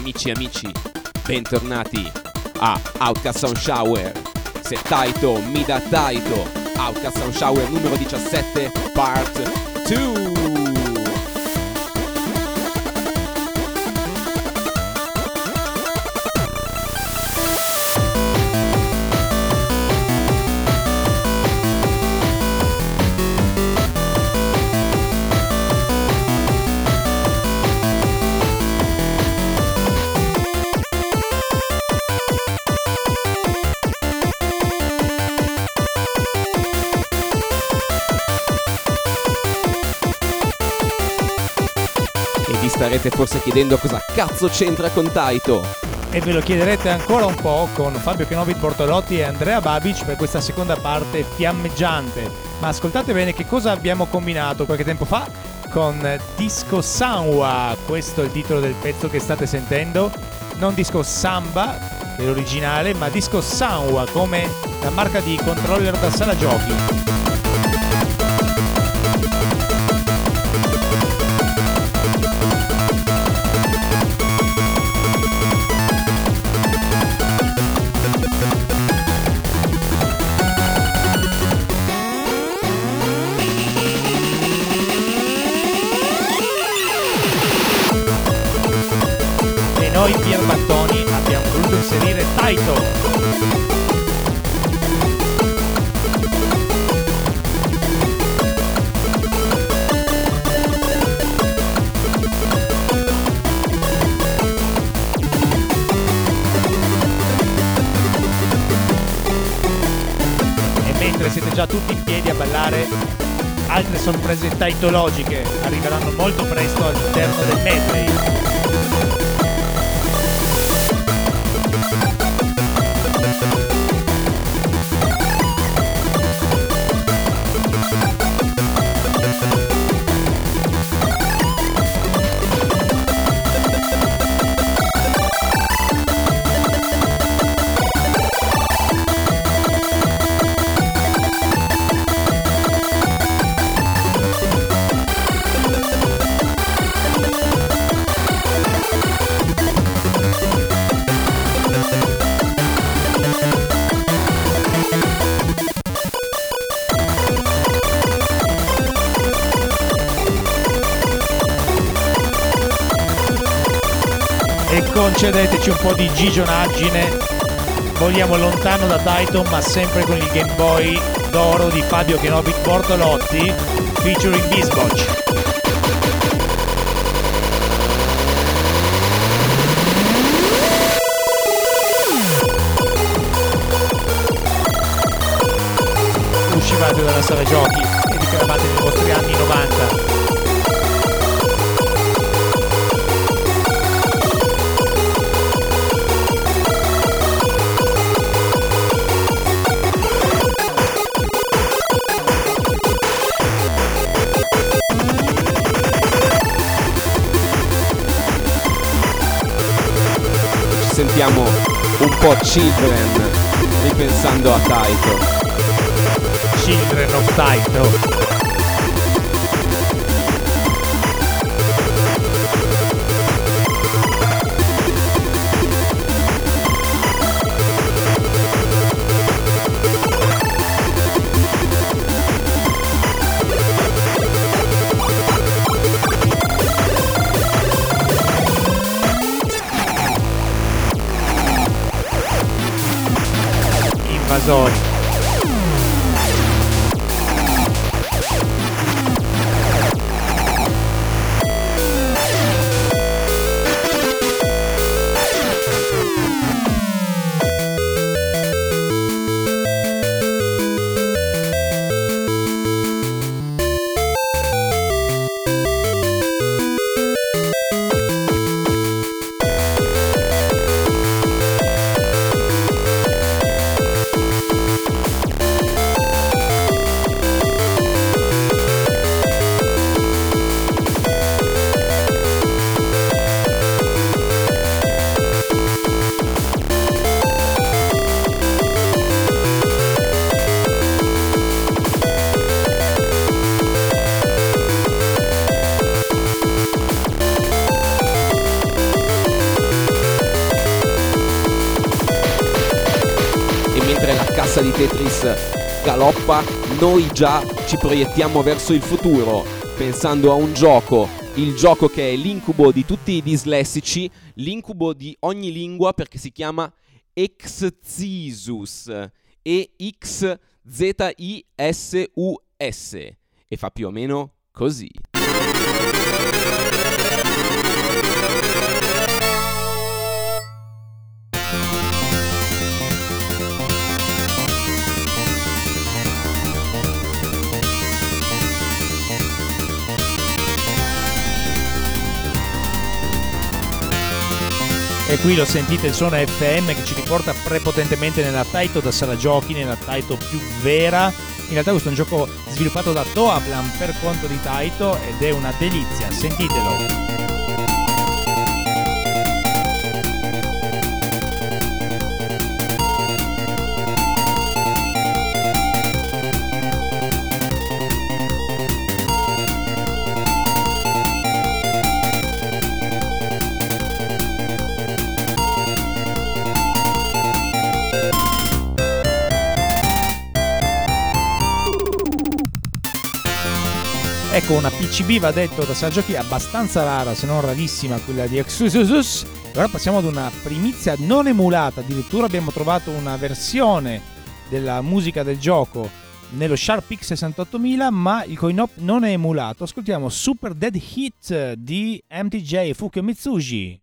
Amici e amici, bentornati a Outcast Sound Shower. Se Taito mi dà Taito, Outcast Sound Shower numero 17, part 2. Starete forse chiedendo cosa cazzo c'entra con Taito. E ve lo chiederete ancora un po' con Fabio Chenobit Bortolotti e Andrea Babic per questa seconda parte fiammeggiante. Ma ascoltate bene che cosa abbiamo combinato qualche tempo fa con Disco Sanwa. Questo è il titolo del pezzo che state sentendo. Non Disco Samba, che è l'originale, ma Disco Sanwa, come la marca di controller da sala giochi. Noi Pierbattoni abbiamo voluto inserire Taito. E mentre siete già tutti in piedi a ballare, altre sorprese taitologiche arriveranno molto presto all'interno del medley. Concedeteci un po' di gigionaggine, vogliamo lontano da Taito ma sempre con il Game Boy d'oro di Fabio Chenobit Bortolotti featuring Bisbocci. Uscivate dalla sala giochi e vi eravate nei vostri anni 90. Sentiamo un po' Children ripensando a Taito. Children of Taito. Invasori. Tetris galoppa, noi già ci proiettiamo verso il futuro, pensando a un gioco, il gioco che è l'incubo di tutti i dislessici, l'incubo di ogni lingua, perché si chiama Exzisus, E-X-Z-I-S-U-S, e fa più o meno così. E qui lo sentite, il suono FM che ci riporta prepotentemente nella Taito da sala giochi, nella Taito più vera. In realtà questo è un gioco sviluppato da Toaplan per conto di Taito ed è una delizia, sentitelo. Ecco, una PCB, va detto da sala giochi, abbastanza rara, se non rarissima, quella di Exusus. Ora passiamo ad una primizia non emulata, addirittura abbiamo trovato una versione della musica del gioco nello Sharp X68000, ma il coin-op non è emulato. Ascoltiamo Super Dead Hit di MTJ Fukio Mitsuji.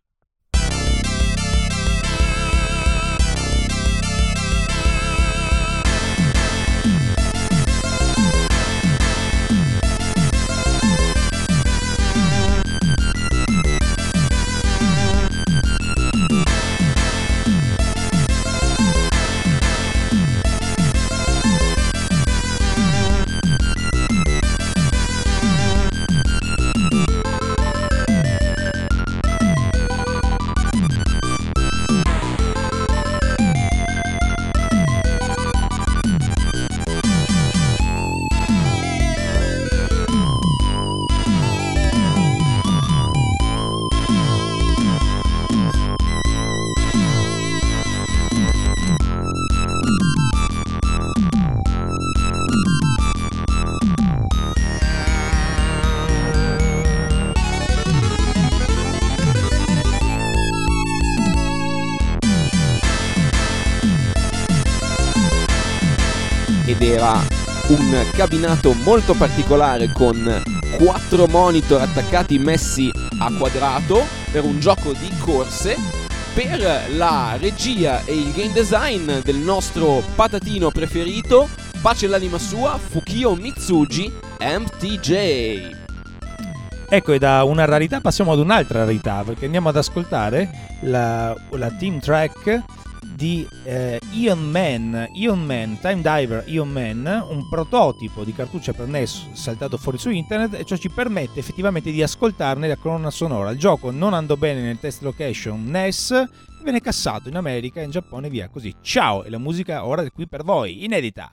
Ed era un cabinato molto particolare con 4 monitor attaccati messi a quadrato per un gioco di corse, per la regia e il game design del nostro patatino preferito, pace all'anima sua, Fukio Mitsuji MTJ. Ecco, e da una rarità passiamo ad un'altra rarità, perché andiamo ad ascoltare la team track di Ion Man, Time Diver Ion Man, un prototipo di cartuccia per NES saltato fuori su internet, e ciò ci permette effettivamente di ascoltarne la colonna sonora. Il gioco non andò bene nel test location NES, venne cassato in America e in Giappone, via così. Ciao, e la musica ora è qui per voi, inedita.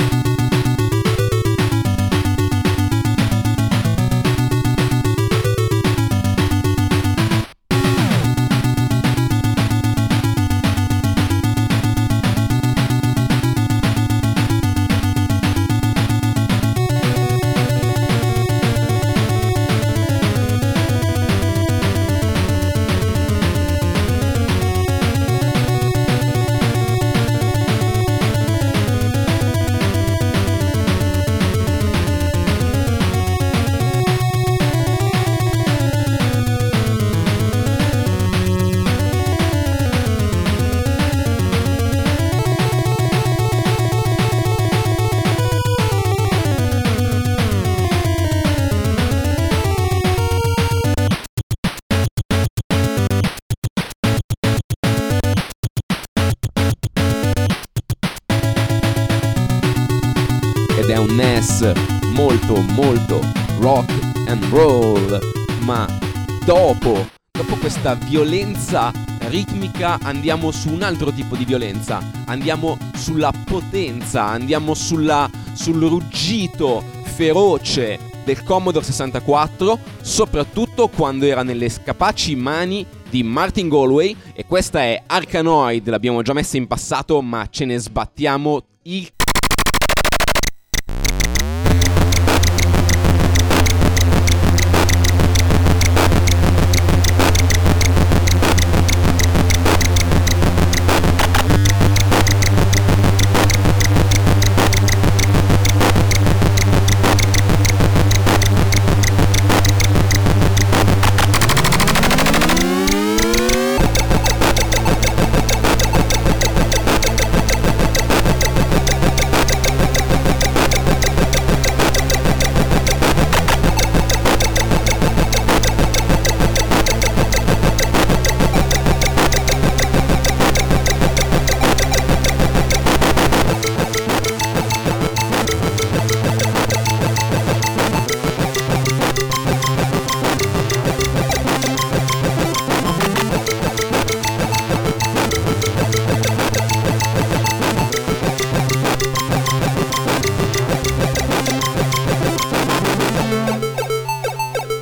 È un NES molto rock and roll, ma dopo questa violenza ritmica andiamo su un altro tipo di violenza, andiamo sulla potenza, andiamo sul ruggito feroce del Commodore 64, soprattutto quando era nelle capaci mani di Martin Galway. E questa è Arkanoid, l'abbiamo già messa in passato, ma ce ne sbattiamo il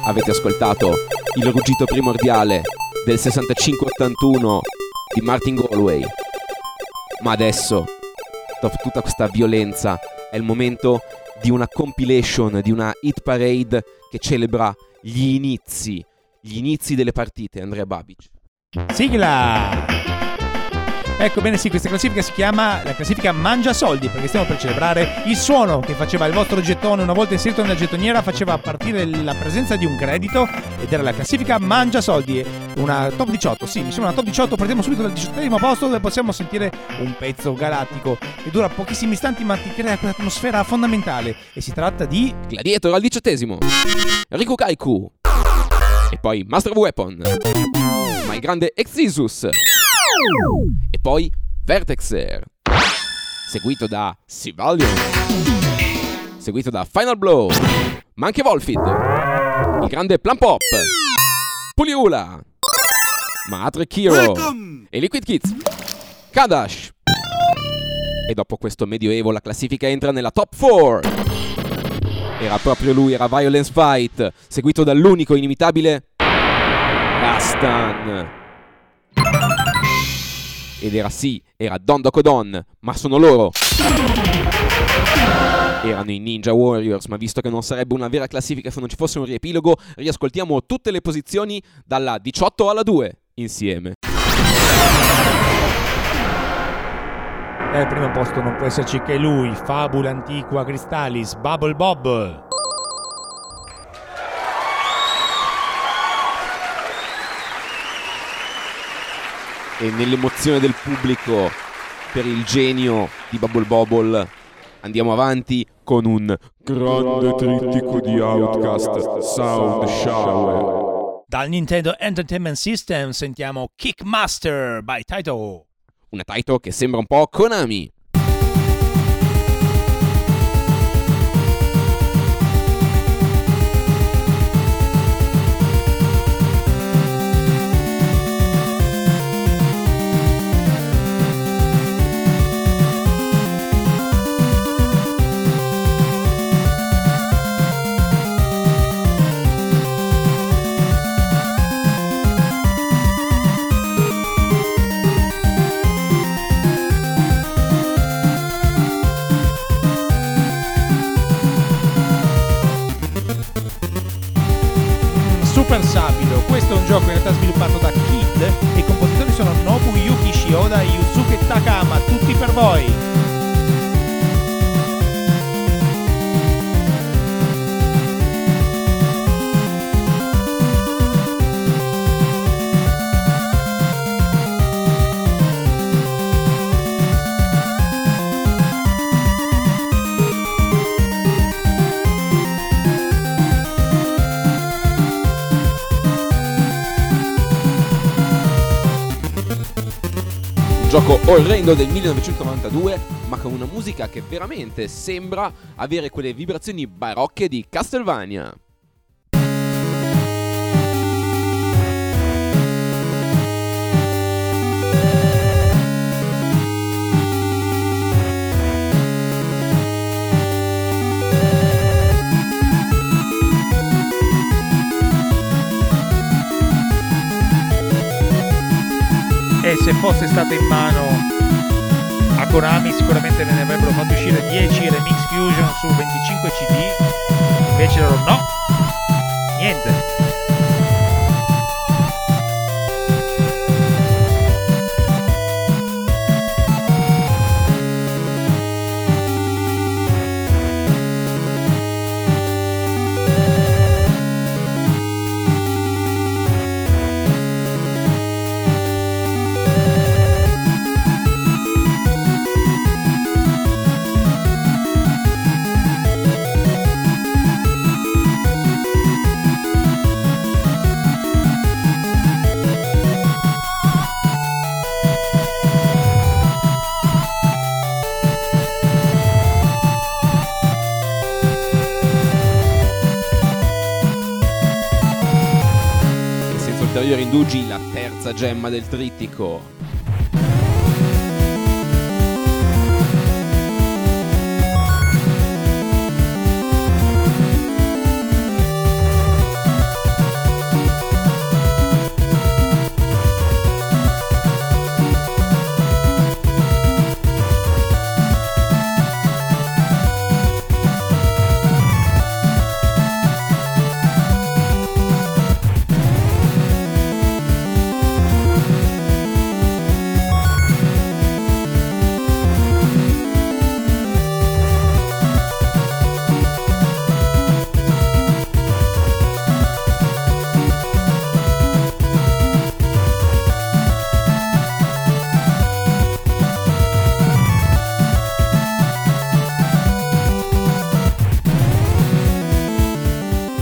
avete ascoltato il ruggito primordiale del 65-81 di Martin Galway. Ma adesso, dopo tutta questa violenza, è il momento di una compilation, di una hit parade che celebra gli inizi delle partite. Andrea Babic. Sigla! Ecco bene, sì, questa classifica si chiama la classifica Mangia Soldi, perché stiamo per celebrare il suono che faceva il vostro gettone una volta inserito nella gettoniera, faceva partire la presenza di un credito, ed era la classifica Mangia Soldi, una top 18, sì, mi sembra una top 18. Partiamo subito dal 18° posto, dove possiamo sentire un pezzo galattico che dura pochissimi istanti ma ti crea quell'atmosfera fondamentale, e si tratta di Gladiator al 18°, Riku Kaiku, e poi Master of Weapon, ma il grande Exodus, e poi Vertexer, seguito da Sivalion, seguito da Final Blow, ma anche Volfid, il grande Plan Pop, Puliula, Matrix Hero e Liquid Kids, Kadash. E dopo questo medioevo la classifica entra nella top 4. Era proprio lui, era Violence Fight, seguito dall'unico inimitabile Rastan. Ed era Don Dokodon, ma sono loro. Erano i Ninja Warriors, ma visto che non sarebbe una vera classifica se non ci fosse un riepilogo, riascoltiamo tutte le posizioni dalla 18 alla 2 insieme. al primo posto non può esserci che lui, Fabula Antiqua Crystallis, Bubble Bob. E nell'emozione del pubblico per il genio di Bubble Bobble andiamo avanti con un grande trittico di Outcast, Sound Shower. Dal Nintendo Entertainment System sentiamo Kickmaster by Taito. Una Taito che sembra un po' Konami. Super Sapido, questo è un gioco in realtà sviluppato da Kid e i compositori sono Nobuyuki Shioda e Yusuke Takama, tutti per voi. Gioco orrendo del 1992, ma con una musica che veramente sembra avere quelle vibrazioni barocche di Castlevania. E se fosse stata in mano a Konami sicuramente ne avrebbero fatto uscire 10 Remix Fusion su 25 CD, invece loro no, niente. Indugi la terza gemma del trittico.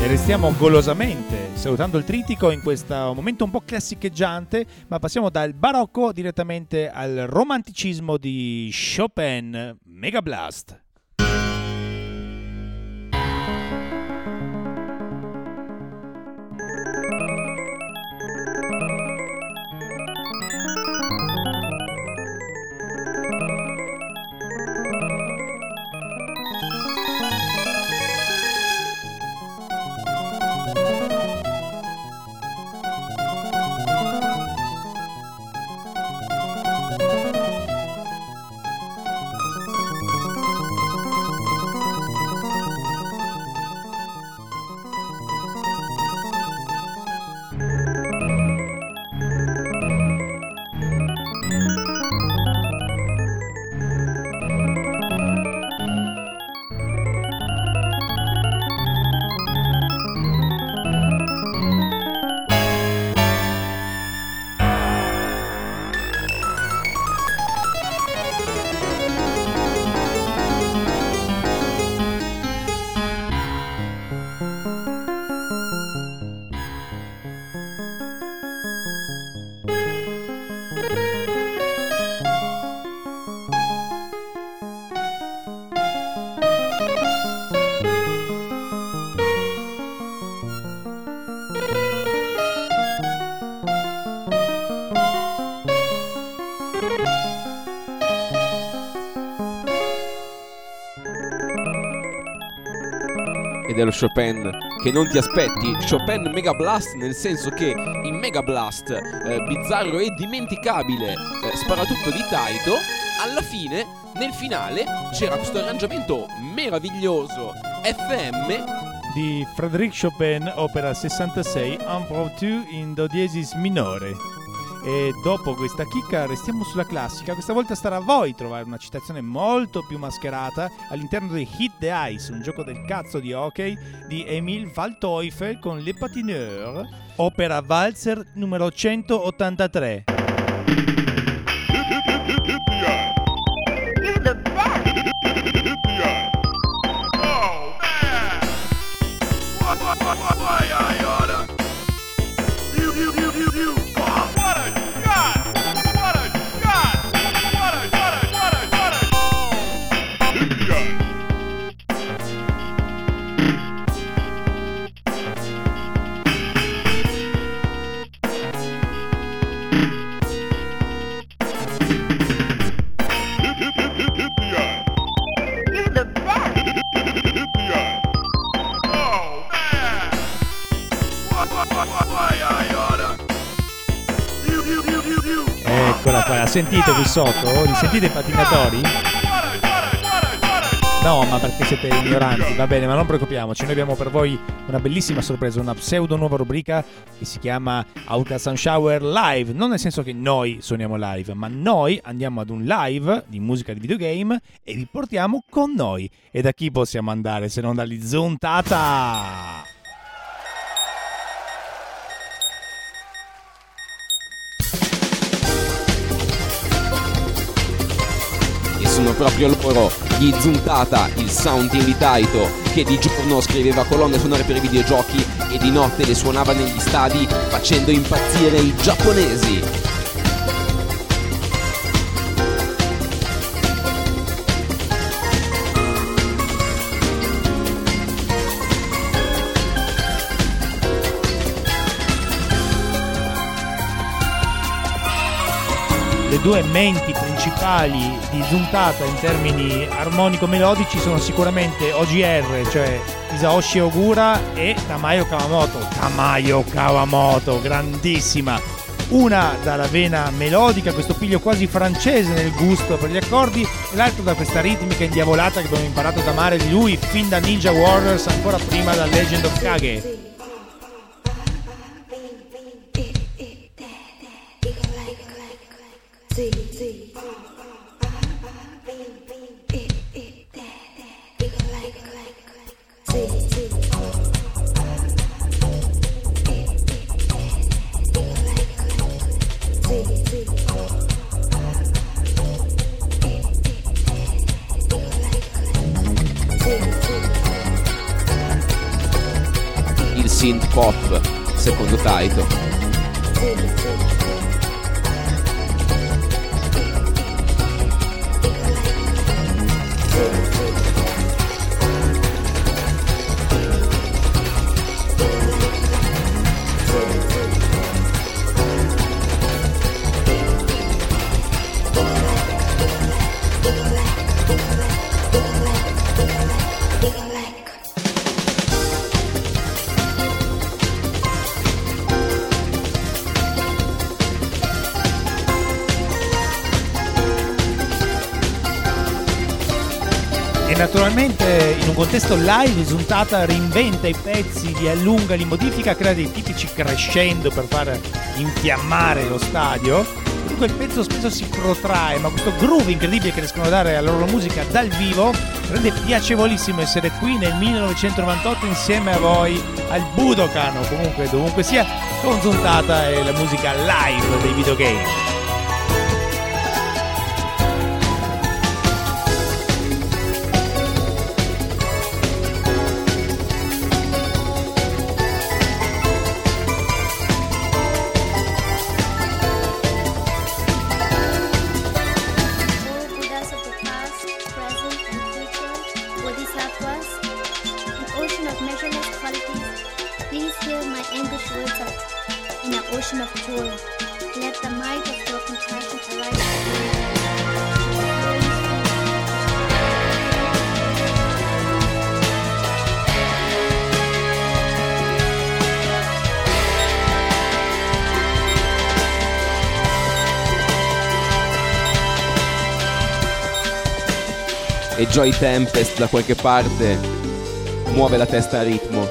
E restiamo golosamente salutando il trittico in questo momento un po' classicheggiante, ma passiamo dal barocco direttamente al romanticismo di Chopin, Mega Blast. Ed è lo Chopin che non ti aspetti, Chopin Mega Blast, nel senso che in Mega Blast, bizzarro e dimenticabile sparatutto di Taito, alla fine, nel finale, c'era questo arrangiamento meraviglioso FM di Frédéric Chopin, opera 66, Impromptu in do diesis minore. E dopo questa chicca restiamo sulla classica. Questa volta starà a voi trovare una citazione molto più mascherata all'interno di Hit the Ice, un gioco del cazzo di hockey di Emile Waldteufel con Les Patineurs, opera Walzer numero 183. You're the best! Oh, man! Why I oughta... You. Oh, what a shot! What a shot! What a You're the best! Oh, man! Why I oughta... Eccola qua, la sentite qui sotto? Li sentite i patinatori? No, ma perché siete ignoranti, va bene, ma non preoccupiamoci, noi abbiamo per voi una bellissima sorpresa, una pseudo nuova rubrica che si chiama Outcast and Shower Live, non nel senso che noi suoniamo live, ma noi andiamo ad un live di musica di videogame e vi portiamo con noi. E da chi possiamo andare se non dagli Zuntata? Sono proprio loro, gli Zuntata, il sound team di Taito, che di giorno scriveva colonne sonore per i videogiochi e di notte le suonava negli stadi facendo impazzire i giapponesi. Le due menti principali di Zuntata in termini armonico-melodici sono sicuramente OGR, cioè Isaoshi Ogura, e Tamayo Kawamoto, grandissima. Una dalla vena melodica, questo piglio quasi francese nel gusto per gli accordi, e l'altro da questa ritmica indiavolata che abbiamo imparato ad amare di lui fin da Ninja Warriors, ancora prima da Legend of Kage. synth pop secondo Taito. Naturalmente in un contesto live Zuntata reinventa i pezzi, li allunga, li modifica, crea dei tipici crescendo per far infiammare lo stadio. Comunque il pezzo spesso si protrae, ma questo groove incredibile che riescono a dare alla loro musica dal vivo rende piacevolissimo essere qui nel 1998 insieme a voi al Budokan, o comunque dovunque sia, con Zuntata e la musica live dei videogame. E Joy Tempest da qualche parte muove la testa a ritmo.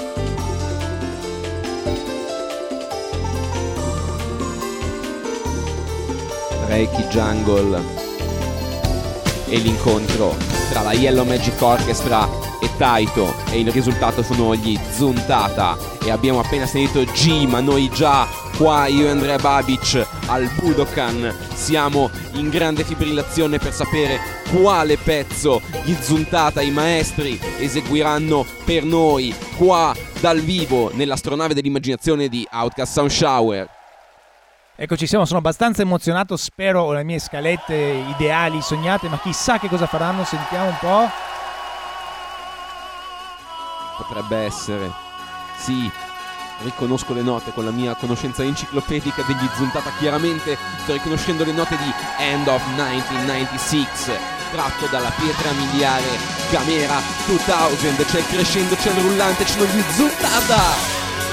Reiki Jungle e l'incontro tra la Yellow Magic Orchestra e Taito, e il risultato sono gli Zuntata. E abbiamo appena sentito G, ma noi già qua, io e Andrea Babic al Budokan, siamo in grande fibrillazione per sapere quale pezzo gli Zuntata, i maestri, eseguiranno per noi qua dal vivo nell'astronave dell'immaginazione di Outcast Sound Shower. Eccoci siamo, sono abbastanza emozionato, spero le mie scalette ideali, sognate, ma chissà che cosa faranno, sentiamo un po'. Potrebbe essere, sì, riconosco le note con la mia conoscenza enciclopedica degli Zuntata, chiaramente sto riconoscendo le note di End of 1996, tratto dalla pietra miliare Gamera 2000, c'è il crescendo, c'è il rullante, ci sono gli Zuntata!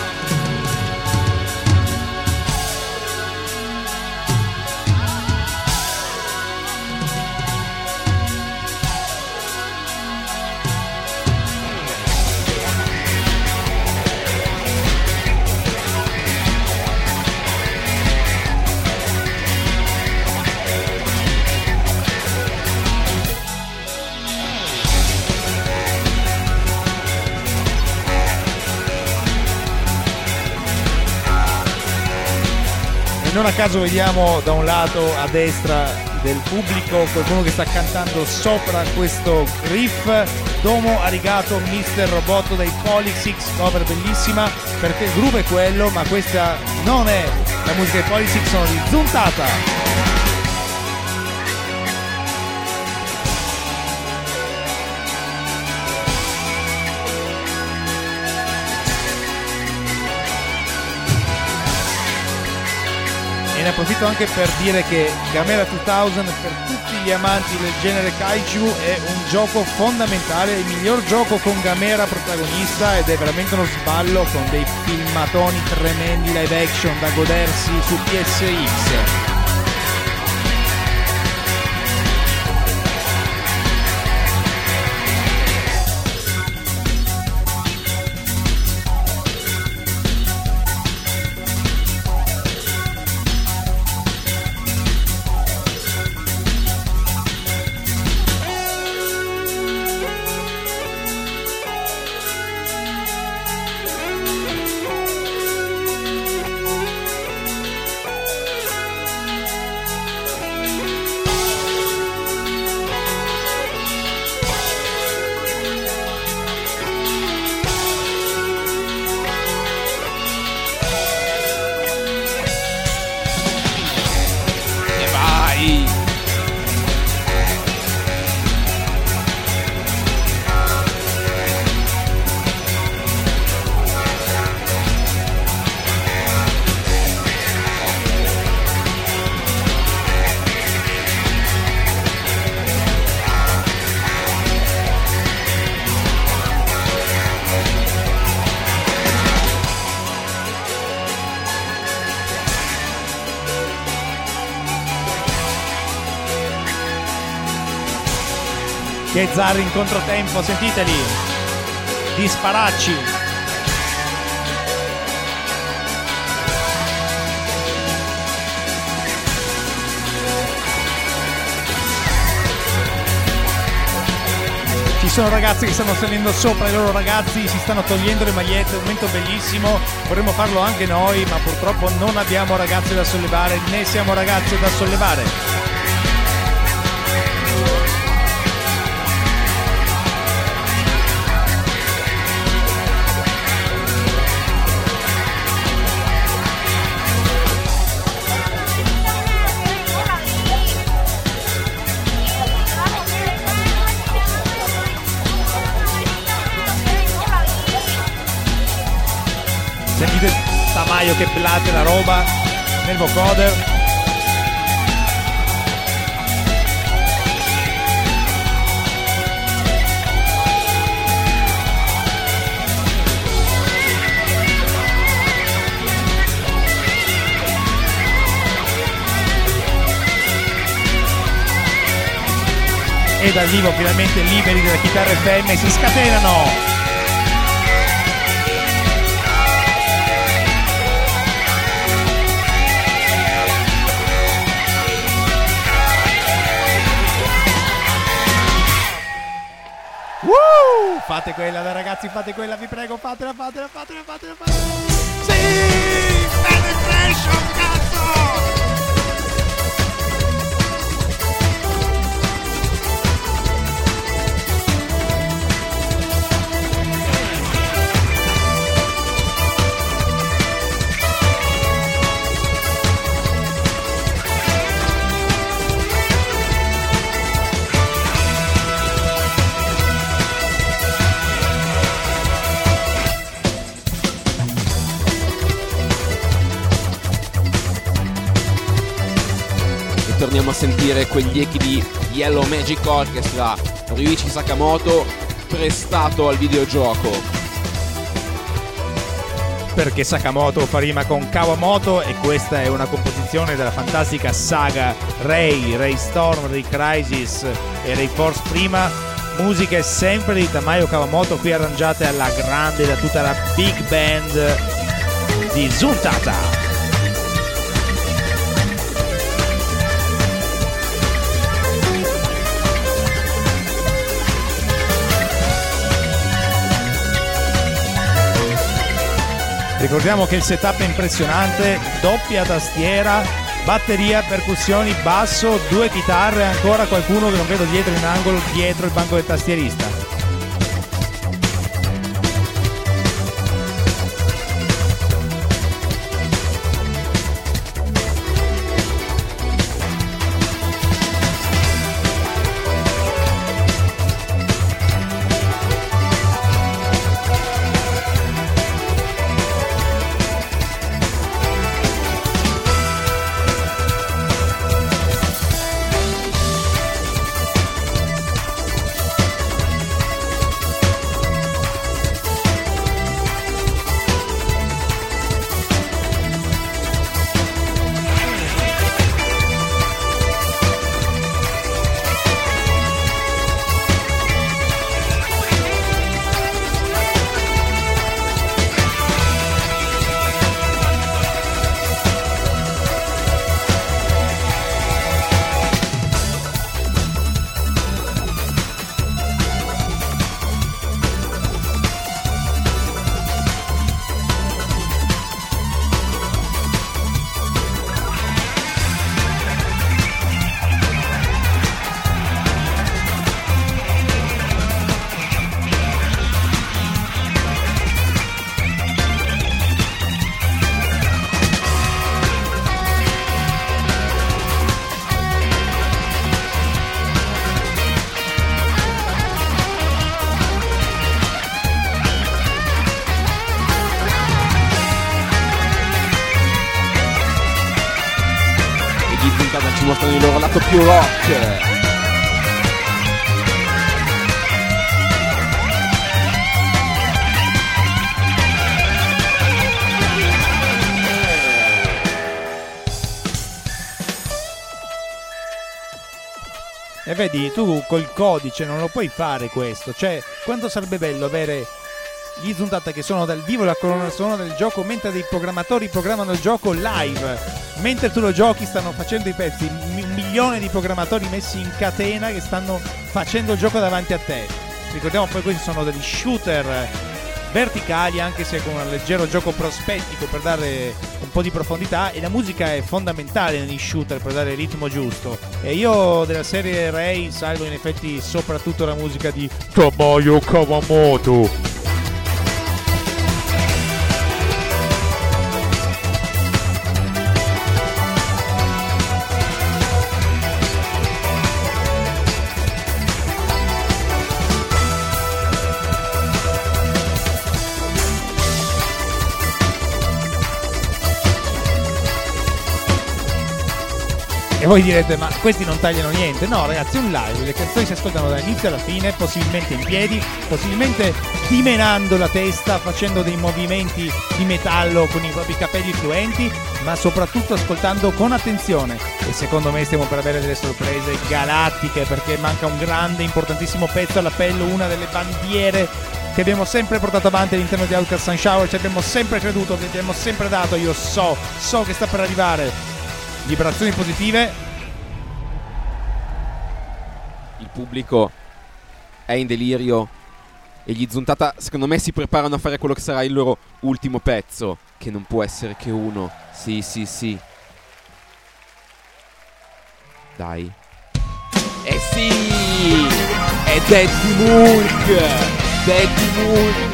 Non a caso vediamo da un lato a destra del pubblico qualcuno che sta cantando sopra questo riff. Domo arigato Mr. Roboto dei Polysix, cover bellissima, perché il groove è quello, ma questa non è la musica dei Polysix, sono di Zuntata. Ne approfitto anche per dire che Gamera 2000 per tutti gli amanti del genere kaiju è un gioco fondamentale, il miglior gioco con Gamera protagonista, ed è veramente uno sballo con dei filmatoni tremendi live action da godersi su PSX. Che Zar in controtempo, sentiteli, disparacci. Ci sono ragazzi che stanno salendo sopra i loro ragazzi, si stanno togliendo le magliette, è un momento bellissimo, vorremmo farlo anche noi, ma purtroppo non abbiamo ragazze da sollevare, né siamo ragazze da sollevare. Sentite Tamayo che blate la roba nel vocoder. E dal vivo finalmente liberi della chitarra FM si scatenano. Fate quella, dai ragazzi, fate quella, vi prego, fatela. Sì! Penetration, cazzo! Torniamo a sentire quegli echi di Yellow Magic Orchestra, Ryuichi Sakamoto prestato al videogioco. Perché Sakamoto fa rima con Kawamoto e questa è una composizione della fantastica saga Ray Storm, Ray Crisis e Ray Force prima, musiche sempre di Tamayo Kawamoto qui arrangiate alla grande da tutta la big band di Zuntata. Ricordiamo che il setup è impressionante, doppia tastiera, batteria, percussioni, basso, 2 chitarre e ancora qualcuno che non vedo dietro in angolo, dietro il banco del tastierista. Ci mostrano il loro lato più rock. E vedi, tu col codice non lo puoi fare questo. Cioè, quanto sarebbe bello avere gli Zuntata che sono dal vivo la colonna sonora del gioco, mentre dei programmatori programmano il gioco live. Mentre tu lo giochi stanno facendo i pezzi, 1 milione di programmatori messi in catena che stanno facendo il gioco davanti a te. Ricordiamo poi questi sono degli shooter verticali, anche se con un leggero gioco prospettico per dare un po' di profondità, e la musica è fondamentale negli shooter per dare il ritmo giusto. E io della serie Rei salvo in effetti soprattutto la musica di Tamayo Kawamoto. E voi direte, ma questi non tagliano niente? No ragazzi, è un live, le canzoni si ascoltano dall'inizio alla fine, possibilmente in piedi, possibilmente dimenando la testa, facendo dei movimenti di metallo con i propri capelli fluenti, ma soprattutto ascoltando con attenzione. E secondo me stiamo per avere delle sorprese galattiche, perché manca un grande, importantissimo pezzo all'appello, una delle bandiere che abbiamo sempre portato avanti all'interno di Outcast Sunshower, ci abbiamo sempre creduto, vi abbiamo sempre dato, io so che sta per arrivare. Vibrazioni positive. Il pubblico è in delirio e gli Zuntata secondo me si preparano a fare quello che sarà il loro ultimo pezzo, che non può essere che uno. Sì. Dai. Eh sì! È Daddy Mulk!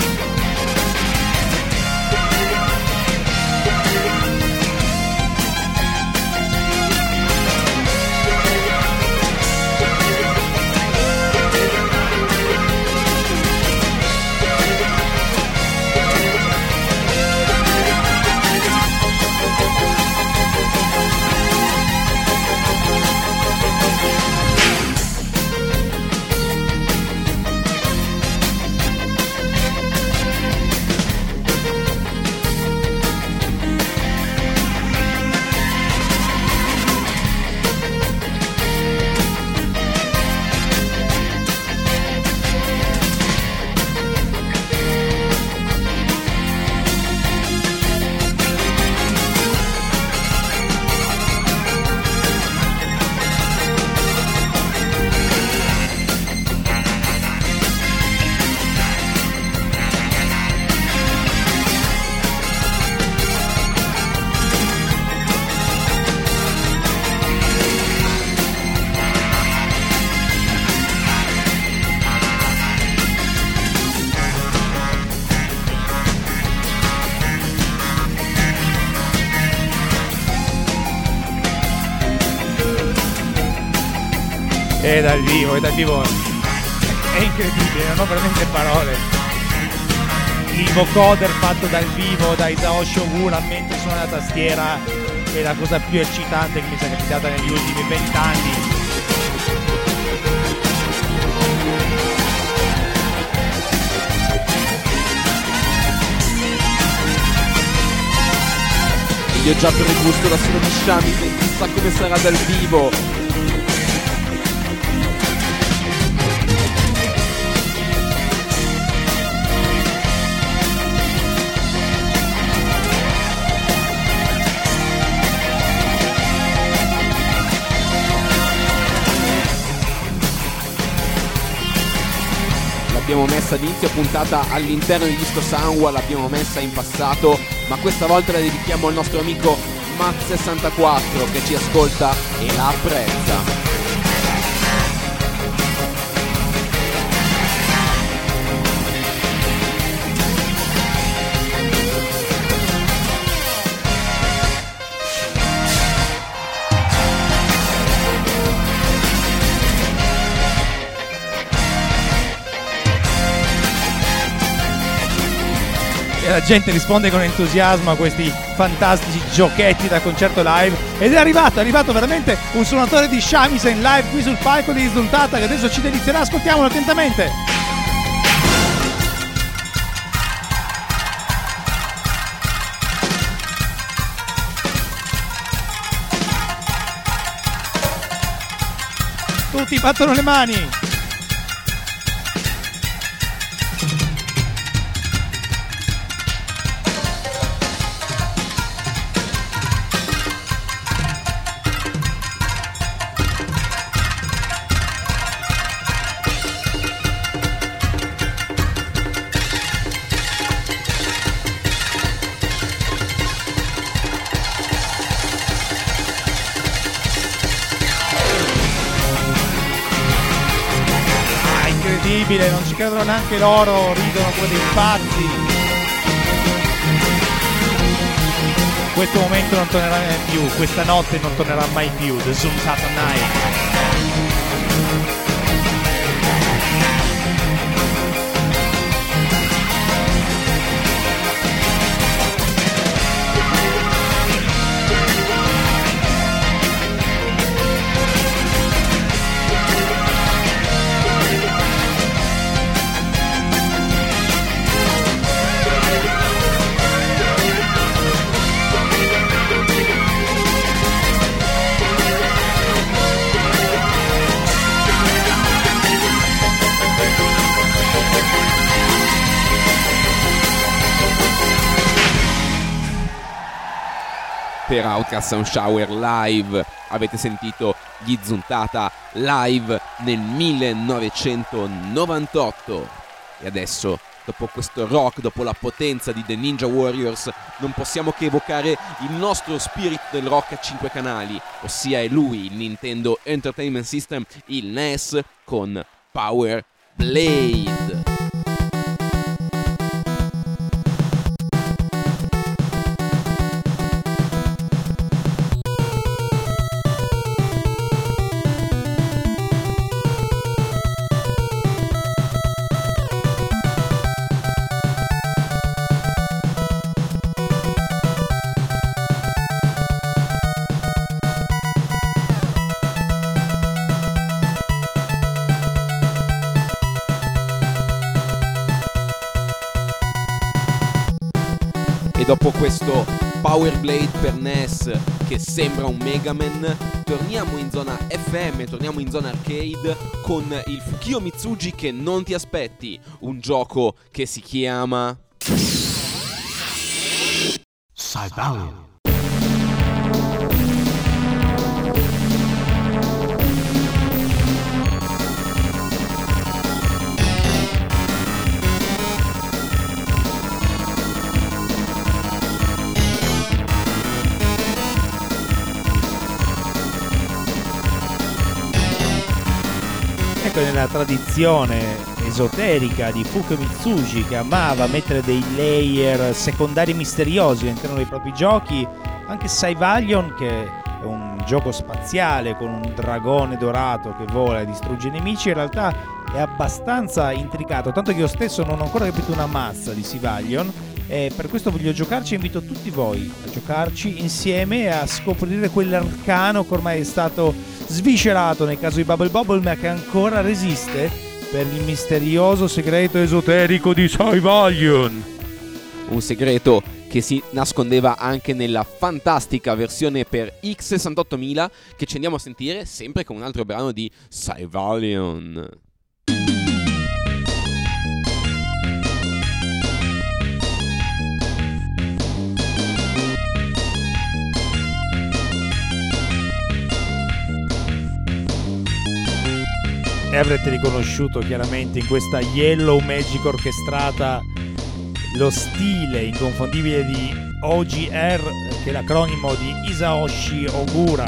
E dal vivo è incredibile, non ho veramente parole. Il vocoder fatto dal vivo da Isao Shogun mentre suona la tastiera è la cosa più eccitante che mi sia capitata negli ultimi 20 anni. Io già per il gusto da solo di Shamisen, chissà come sarà dal vivo. L'abbiamo messa all'inizio puntata all'interno di Disco Sanwa, l'abbiamo messa in passato, ma questa volta la dedichiamo al nostro amico Matt64 che ci ascolta e la apprezza. La gente risponde con entusiasmo a questi fantastici giochetti da concerto live, ed è arrivato veramente un suonatore di shamisen live qui sul palco di Zuntata che adesso ci delizierà. Ascoltiamolo attentamente. Tutti battono le mani. Non ci credono neanche loro, ridono come dei pazzi. Questo momento non tornerà mai più, questa notte non tornerà mai più. The Zoom Saturday Night. Per Outcast Sound Shower Live avete sentito gli Zuntata live nel 1998 e adesso, dopo questo rock, dopo la potenza di The Ninja Warriors, non possiamo che evocare il nostro spirit del rock a 5 canali, ossia è lui, il Nintendo Entertainment System, il NES, con Power Blade. E dopo questo Power Blade per NES che sembra un Mega Man, torniamo in zona FM, torniamo in zona arcade con il Fukio Mitsuji che non ti aspetti, un gioco che si chiama Cybalion. Ecco, nella tradizione esoterica di Fukio Mitsuji, che amava mettere dei layer secondari misteriosi all'interno dei propri giochi, anche Cybalion, che è un gioco spaziale con un dragone dorato che vola e distrugge i nemici, in realtà è abbastanza intricato, tanto che io stesso non ho ancora capito una mazza di Cybalion, e per questo voglio giocarci e invito tutti voi a giocarci insieme e a scoprire quell'arcano che ormai è stato sviscerato nel caso di Bubble Bobble, ma che ancora resiste per il misterioso segreto esoterico di Cybalion. un segreto che si nascondeva anche nella fantastica versione per X68000 che ci andiamo a sentire sempre con un altro brano di Cybalion. E avrete riconosciuto chiaramente in questa Yellow Magic orchestrata lo stile inconfondibile di OGR, che è l'acronimo di Isaoshi Ogura.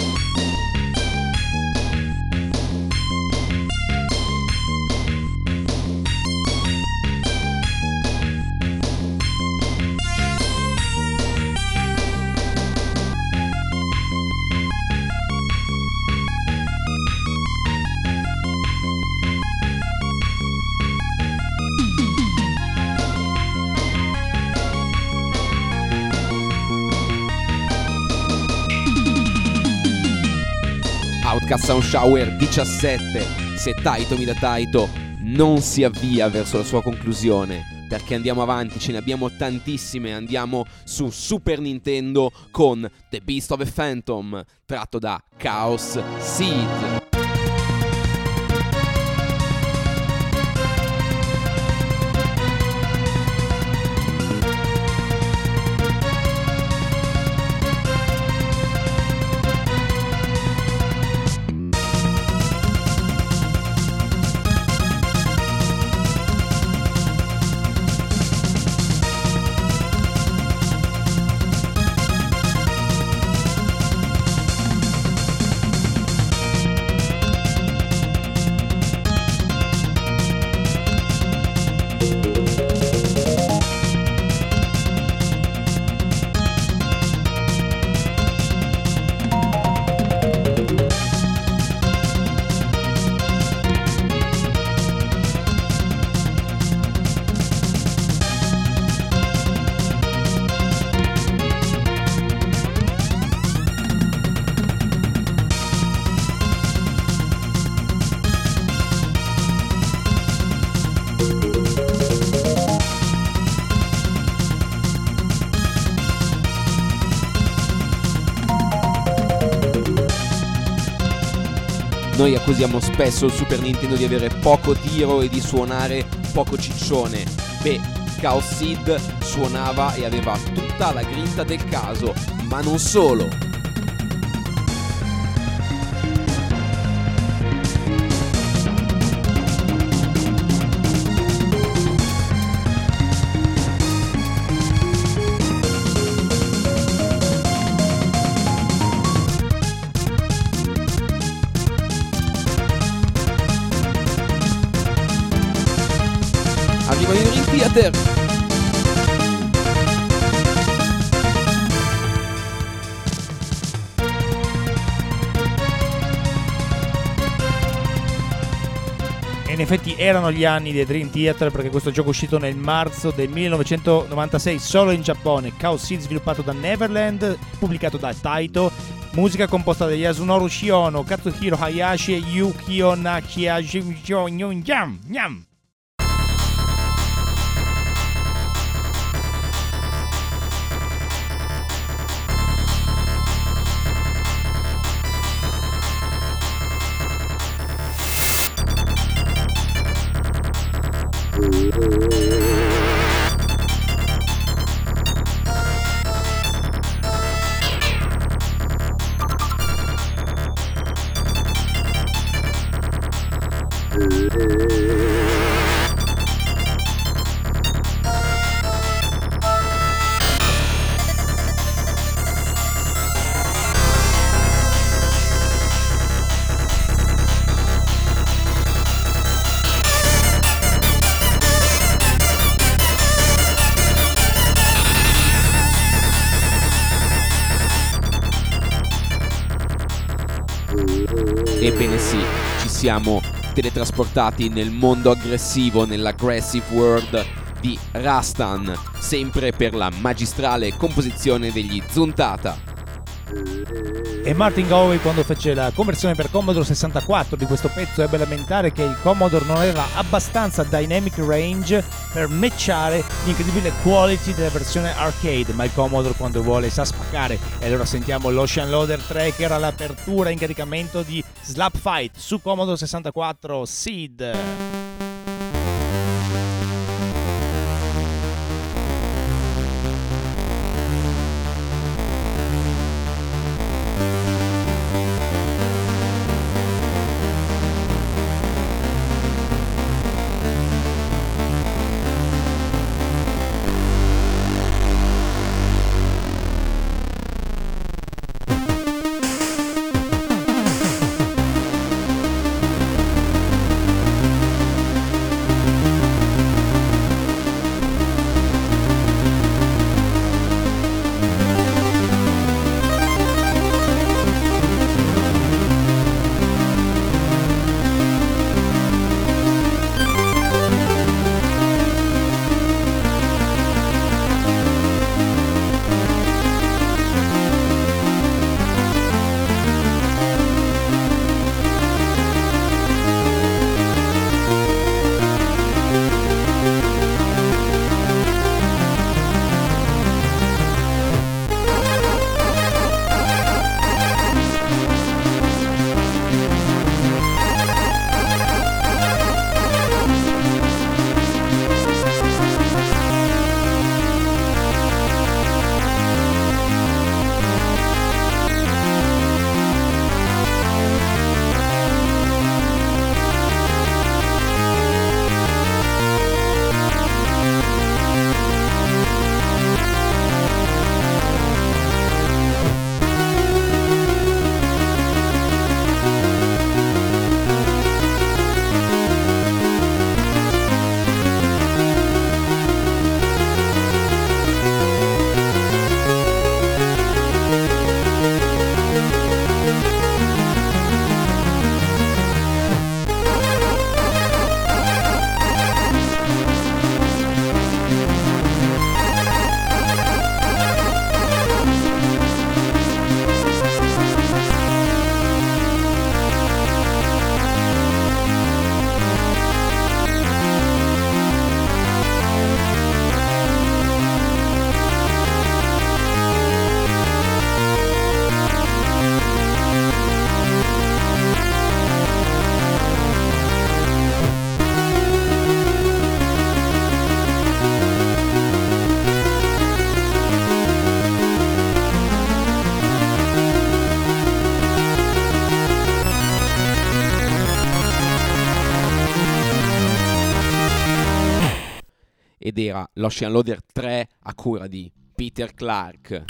Outcast Sound Shower 17. Se Taito mi dà Taito non si avvia verso la sua conclusione, perché andiamo avanti, ce ne abbiamo tantissime. Andiamo su Super Nintendo con The Beast of a Phantom, tratto da Chaos Seed. Noi accusiamo spesso il Super Nintendo di avere poco tiro e di suonare poco ciccione. Beh, Chaos Seed suonava e aveva tutta la grinta del caso, ma non solo. Arrivano i Dream Theater. E in effetti erano gli anni dei Dream Theater, perché questo gioco è uscito nel marzo del 1996 solo in Giappone. Chaos Seed sviluppato da Neverland, pubblicato da Taito, musica composta da Yasunori Shiono, Katsuhiro Hayashi e Yukio Nakiyashi. Ebbene sì, ci siamo teletrasportati nel mondo aggressivo, nell'aggressive world di Rastan, sempre per la magistrale composizione degli Zuntata. E Martin Galway, quando fece la conversione per Commodore 64 di questo pezzo, ebbe a lamentare che il Commodore non aveva abbastanza dynamic range per matchare l'incredibile quality della versione arcade, ma il Commodore quando vuole sa spaccare. E allora sentiamo l'Ocean Loader 3, che era l'apertura in caricamento di Slap Fight su Commodore 64 Seed. ed era l'Ocean Loader 3 a cura di Peter Clark.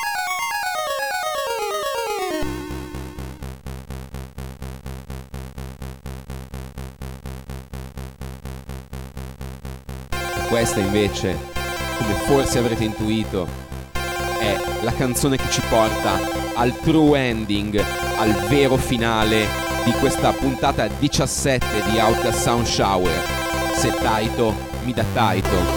Questa invece, come forse avrete intuito, è la canzone che ci porta al true ending, al vero finale di questa puntata 17 di Outcast Sound Shower. Se Taito mi dà Taito.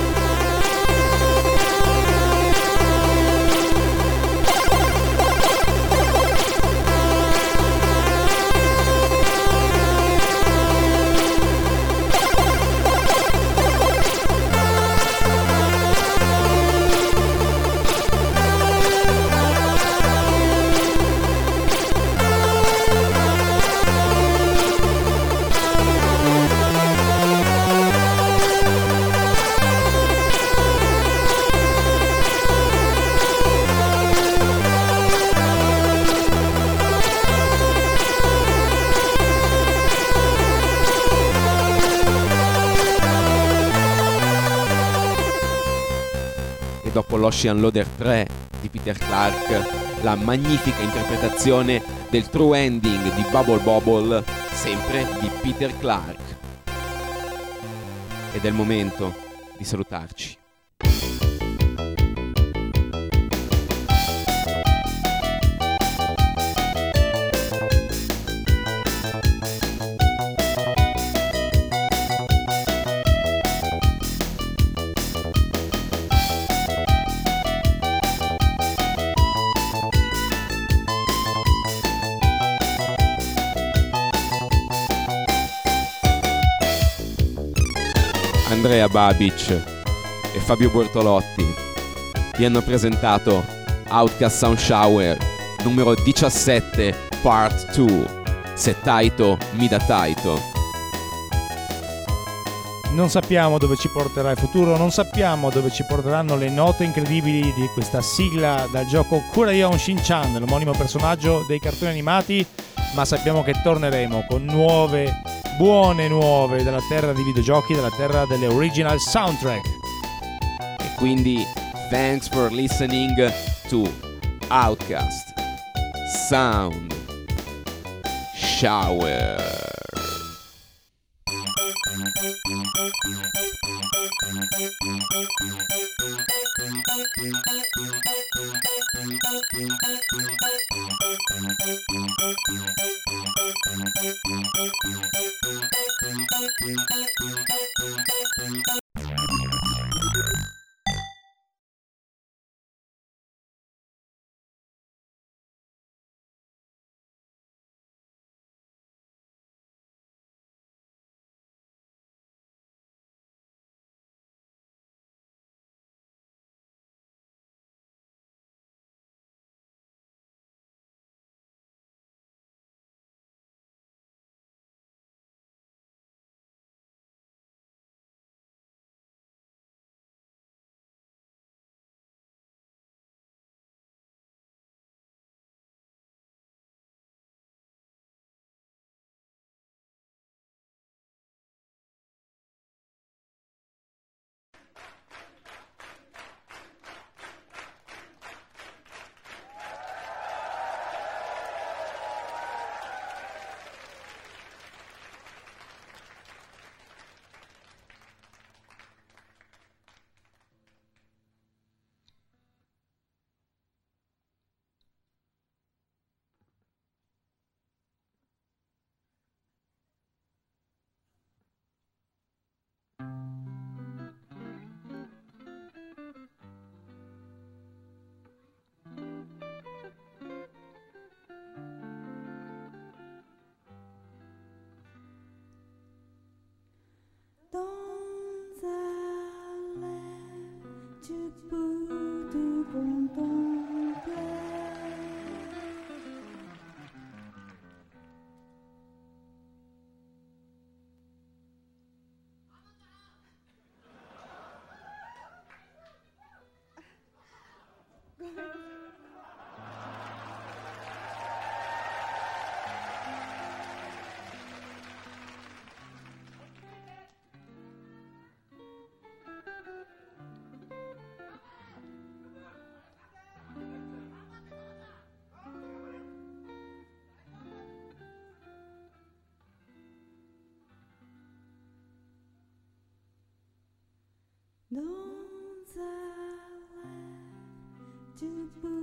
Dopo l'Ocean Loader 3 di Peter Clark, la magnifica interpretazione del true ending di Bubble Bobble, sempre di Peter Clark. Ed è il momento di salutarci. Andrea Babic e Fabio Bortolotti vi hanno presentato Outcast Sound Shower numero 17 Part 2. Se Taito mi dà Taito. Non sappiamo dove ci porterà il futuro, non sappiamo dove ci porteranno le note incredibili di questa sigla dal gioco Kurayon Shin-chan, l'omonimo personaggio dei cartoni animati, ma sappiamo che torneremo con buone nuove dalla terra dei videogiochi, dalla terra delle original soundtrack. E quindi thanks for listening to Outcast Sound Shower. Don't I laugh to